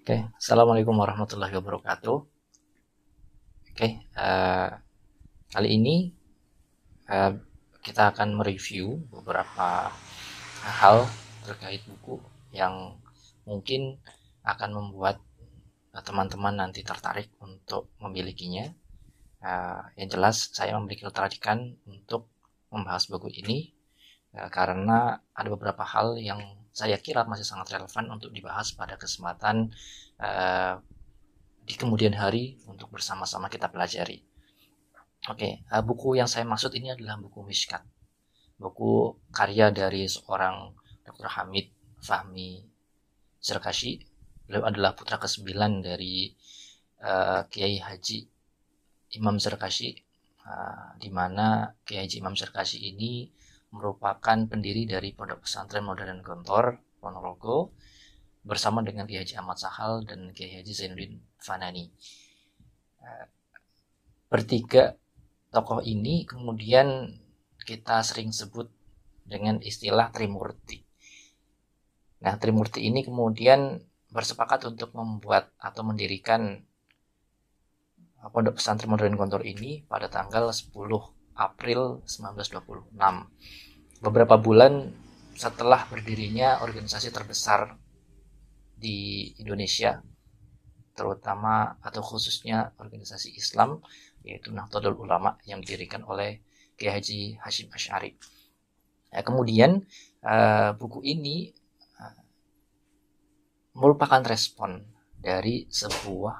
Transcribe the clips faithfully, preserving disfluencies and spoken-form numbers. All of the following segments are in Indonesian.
Oke, Assalamualaikum warahmatullahi wabarakatuh. Oke, eh, kali ini eh, kita akan mereview beberapa hal terkait buku yang mungkin akan membuat eh, teman-teman nanti tertarik untuk memilikinya. Eh, yang jelas, saya memiliki ketertarikan untuk membahas buku ini eh, karena ada beberapa hal yang saya kira masih sangat relevan untuk dibahas pada kesempatan eh, di kemudian hari untuk bersama-sama kita pelajari. Oke, uh, buku yang saya maksud ini adalah buku Mishkat, buku karya dari seorang dokter Hamid Fahmi Zarkashi. Beliau adalah putra kesembilan dari uh, Kiai Haji Imam Zarkashi, uh, di mana Kiai Haji Imam Zarkashi ini merupakan pendiri dari Pondok Pesantren Modern Gontor Ponorogo bersama dengan Kiai Haji Ahmad Sahal dan Kiai Haji Zainuddin Fanani. Uh, Bertiga tokoh ini kemudian kita sering sebut dengan istilah Trimurti. Nah, Trimurti ini kemudian bersepakat untuk membuat atau mendirikan Pondok Pesantren Modern Gontor ini pada tanggal sepuluh April seribu sembilan ratus dua puluh enam. Beberapa bulan setelah berdirinya organisasi terbesar di Indonesia, terutama atau khususnya organisasi Islam, yaitu Nahdlatul Ulama yang didirikan oleh Kiai Haji Hashim Asy'ari. Ya, kemudian uh, buku ini uh, merupakan respon dari sebuah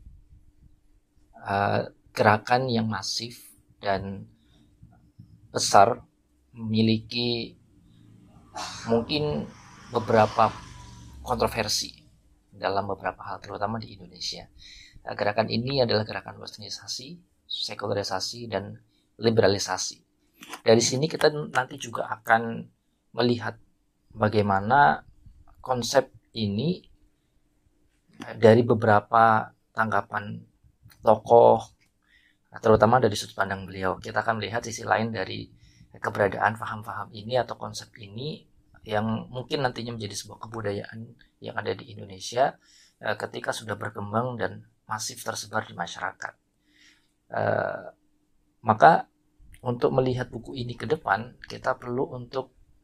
uh, gerakan yang masif dan besar, memiliki mungkin beberapa kontroversi dalam beberapa hal, terutama di Indonesia. Gerakan ini adalah gerakan westernisasi, sekularisasi, dan liberalisasi. Dari sini kita nanti juga akan melihat bagaimana konsep ini dari beberapa tanggapan tokoh, terutama dari sudut pandang beliau. Kita akan melihat sisi lain dari keberadaan faham-faham ini atau konsep ini yang mungkin nantinya menjadi sebuah kebudayaan yang ada di Indonesia ketika sudah berkembang dan masif tersebar di masyarakat. Uh, maka untuk melihat buku ini ke depan, kita perlu untuk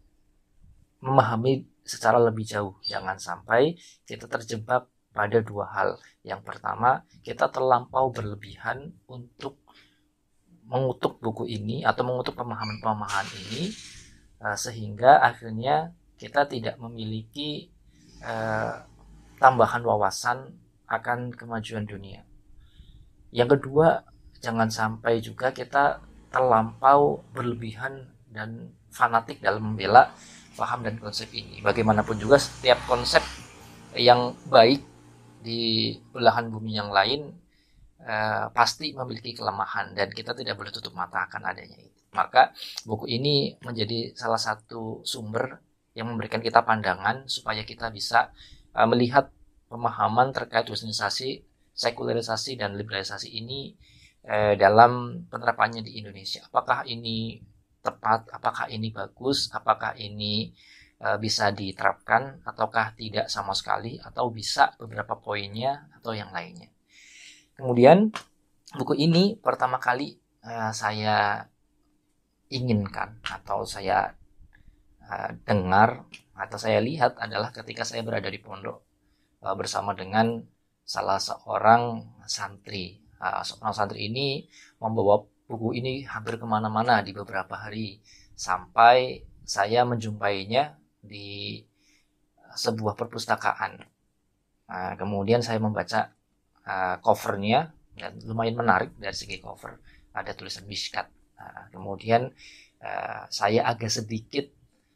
memahami secara lebih jauh. Jangan sampai kita terjebak pada dua hal. Yang pertama, kita terlampau berlebihan untuk mengutuk buku ini atau mengutuk pemahaman-pemahaman ini, uh, sehingga akhirnya kita tidak memiliki uh, tambahan wawasan akan kemajuan dunia. Yang kedua, jangan sampai juga kita terlampau berlebihan dan fanatik dalam membela paham dan konsep ini. Bagaimanapun juga setiap konsep yang baik di belahan bumi yang lain eh, pasti memiliki kelemahan dan kita tidak boleh tutup mata akan adanya itu. Maka buku ini menjadi salah satu sumber yang memberikan kita pandangan supaya kita bisa uh, melihat pemahaman terkait westernisasi, sekularisasi, dan liberalisasi ini eh, dalam penerapannya di Indonesia. Apakah ini tepat? Apakah ini bagus? Apakah ini eh, bisa diterapkan? Ataukah tidak sama sekali? Atau bisa beberapa poinnya atau yang lainnya? Kemudian buku ini pertama kali eh, saya inginkan atau saya eh, dengar atau saya lihat adalah ketika saya berada di pondok bersama dengan salah seorang santri. Uh, seorang santri ini membawa buku ini hampir kemana-mana di beberapa hari sampai saya menjumpainya di sebuah perpustakaan. Uh, kemudian saya membaca uh, covernya dan lumayan menarik dari segi cover. Ada tulisan Mishkat. Uh, kemudian uh, saya agak sedikit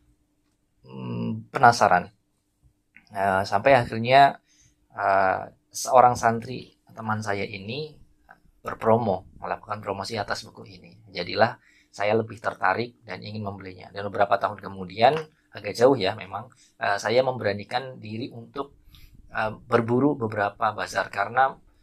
um, penasaran. Uh, sampai akhirnya uh, seorang santri teman saya ini berpromo, melakukan promosi atas buku ini. Jadilah saya lebih tertarik dan ingin membelinya. Dan beberapa tahun kemudian, agak jauh ya memang, uh, saya memberanikan diri untuk uh, berburu beberapa bazar karena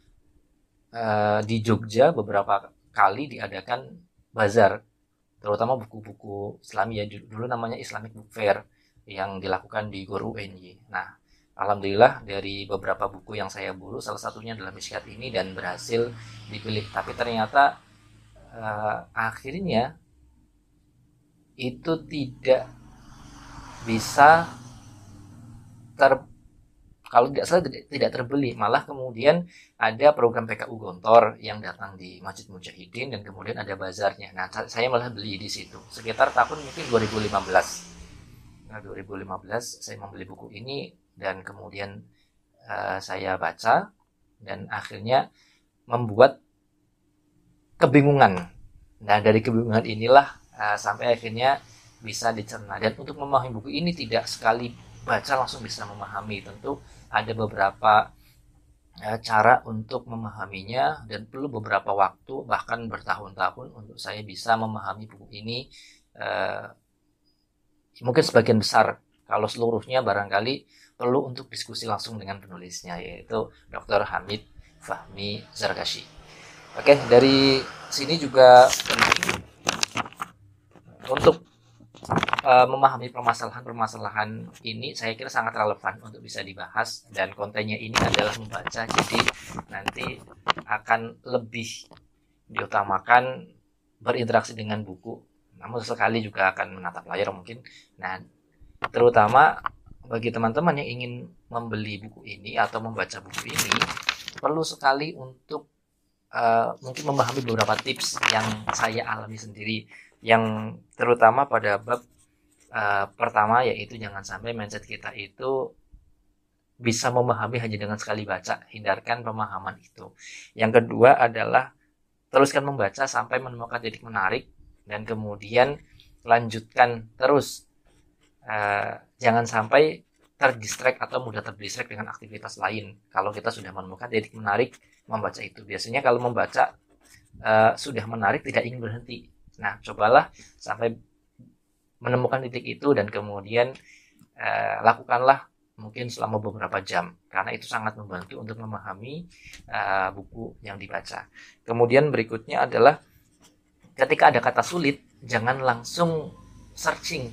uh, di Jogja beberapa kali diadakan bazar, terutama buku-buku Islam ya, dulu namanya Islamic Book Fair yang dilakukan di Gor U N Y. Nah, alhamdulillah dari beberapa buku yang saya buru, salah satunya adalah Mishkat ini dan berhasil dipilih. Tapi ternyata uh, akhirnya itu tidak bisa ter kalau tidak salah tidak, tidak terbeli, malah kemudian ada program P K U Gontor yang datang di Masjid Mujahidin dan kemudian ada bazarnya. Nah, saya malah beli di situ sekitar tahun mungkin dua ribu lima belas. Nah, dua ribu lima belas saya membeli buku ini dan kemudian uh, saya baca dan akhirnya membuat kebingungan. Nah, dari kebingungan inilah uh, sampai akhirnya bisa dicerna. Dan untuk memahami buku ini tidak sekali baca langsung bisa memahami. Tentu ada beberapa uh, cara untuk memahaminya dan perlu beberapa waktu, bahkan bertahun-tahun untuk saya bisa memahami buku ini. Uh, mungkin sebagian besar, kalau seluruhnya barangkali perlu untuk diskusi langsung dengan penulisnya, yaitu doktor Hamid Fahmi Zarkashi. Oke, dari sini juga penting untuk uh, memahami permasalahan-permasalahan ini, saya kira sangat relevan untuk bisa dibahas, dan kontennya ini adalah membaca, jadi nanti akan lebih diutamakan berinteraksi dengan buku, namun sekali juga akan menatap layar mungkin. Nah, terutama bagi teman-teman yang ingin membeli buku ini atau membaca buku ini, perlu sekali untuk uh, mungkin memahami beberapa tips yang saya alami sendiri, yang terutama pada bab uh, pertama, yaitu jangan sampai mindset kita itu bisa memahami hanya dengan sekali baca. Hindarkan pemahaman itu. Yang kedua adalah teruskan membaca sampai menemukan titik menarik dan kemudian lanjutkan terus. Uh, jangan sampai terdistract atau mudah terdistract dengan aktivitas lain. Kalau kita sudah menemukan titik menarik membaca itu, biasanya kalau membaca uh, sudah menarik tidak ingin berhenti. Nah, cobalah sampai menemukan titik itu dan kemudian uh, lakukanlah mungkin selama beberapa jam, karena itu sangat membantu untuk memahami uh, buku yang dibaca. Kemudian berikutnya adalah ketika ada kata sulit, jangan langsung searching,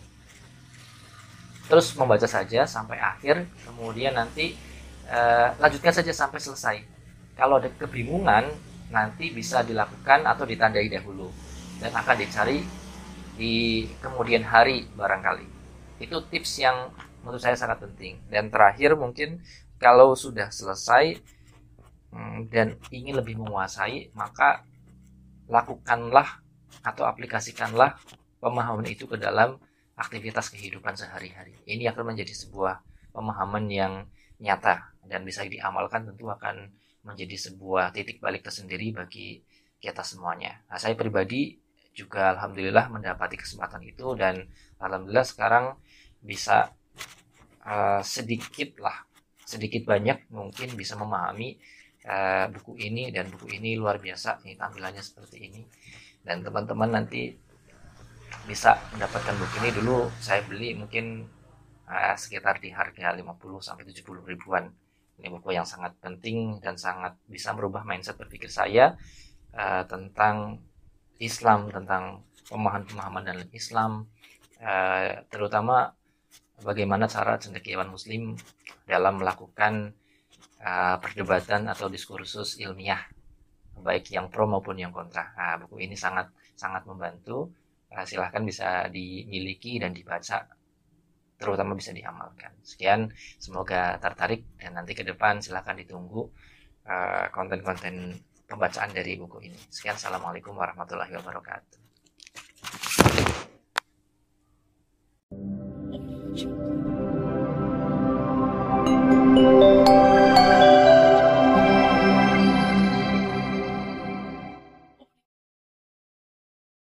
terus membaca saja sampai akhir, kemudian nanti uh, lanjutkan saja sampai selesai. Kalau ada kebingungan, nanti bisa dilakukan atau ditandai dahulu dan akan dicari di kemudian hari barangkali. Itu tips yang menurut saya sangat penting. Dan terakhir mungkin kalau sudah selesai hmm, dan ingin lebih menguasai, maka lakukanlah atau aplikasikanlah pemahaman itu ke dalam aktivitas kehidupan sehari-hari. Ini akan menjadi sebuah pemahaman yang nyata dan bisa diamalkan, tentu akan menjadi sebuah titik balik tersendiri bagi kita semuanya. Nah, saya pribadi juga alhamdulillah mendapati kesempatan itu, dan alhamdulillah sekarang bisa uh, sedikit lah, sedikit banyak mungkin bisa memahami uh, buku ini, dan buku ini luar biasa. Ini tampilannya seperti ini, dan teman-teman nanti bisa mendapatkan buku ini. Dulu saya beli mungkin uh, sekitar di harga lima puluh sampai tujuh puluh ribuan. Ini buku yang sangat penting dan sangat bisa merubah mindset berpikir saya uh, tentang Islam, tentang pemahaman-pemahaman dalam Islam, uh, terutama bagaimana cara cendekiawan muslim dalam melakukan uh, perdebatan atau diskursus ilmiah, baik yang pro maupun yang kontra. Nah, buku ini sangat sangat membantu. Silahkan bisa dimiliki dan dibaca, terutama bisa diamalkan. Sekian, semoga tertarik, dan nanti ke depan silahkan ditunggu uh, konten-konten pembacaan dari buku ini. Sekian, assalamualaikum warahmatullahi wabarakatuh.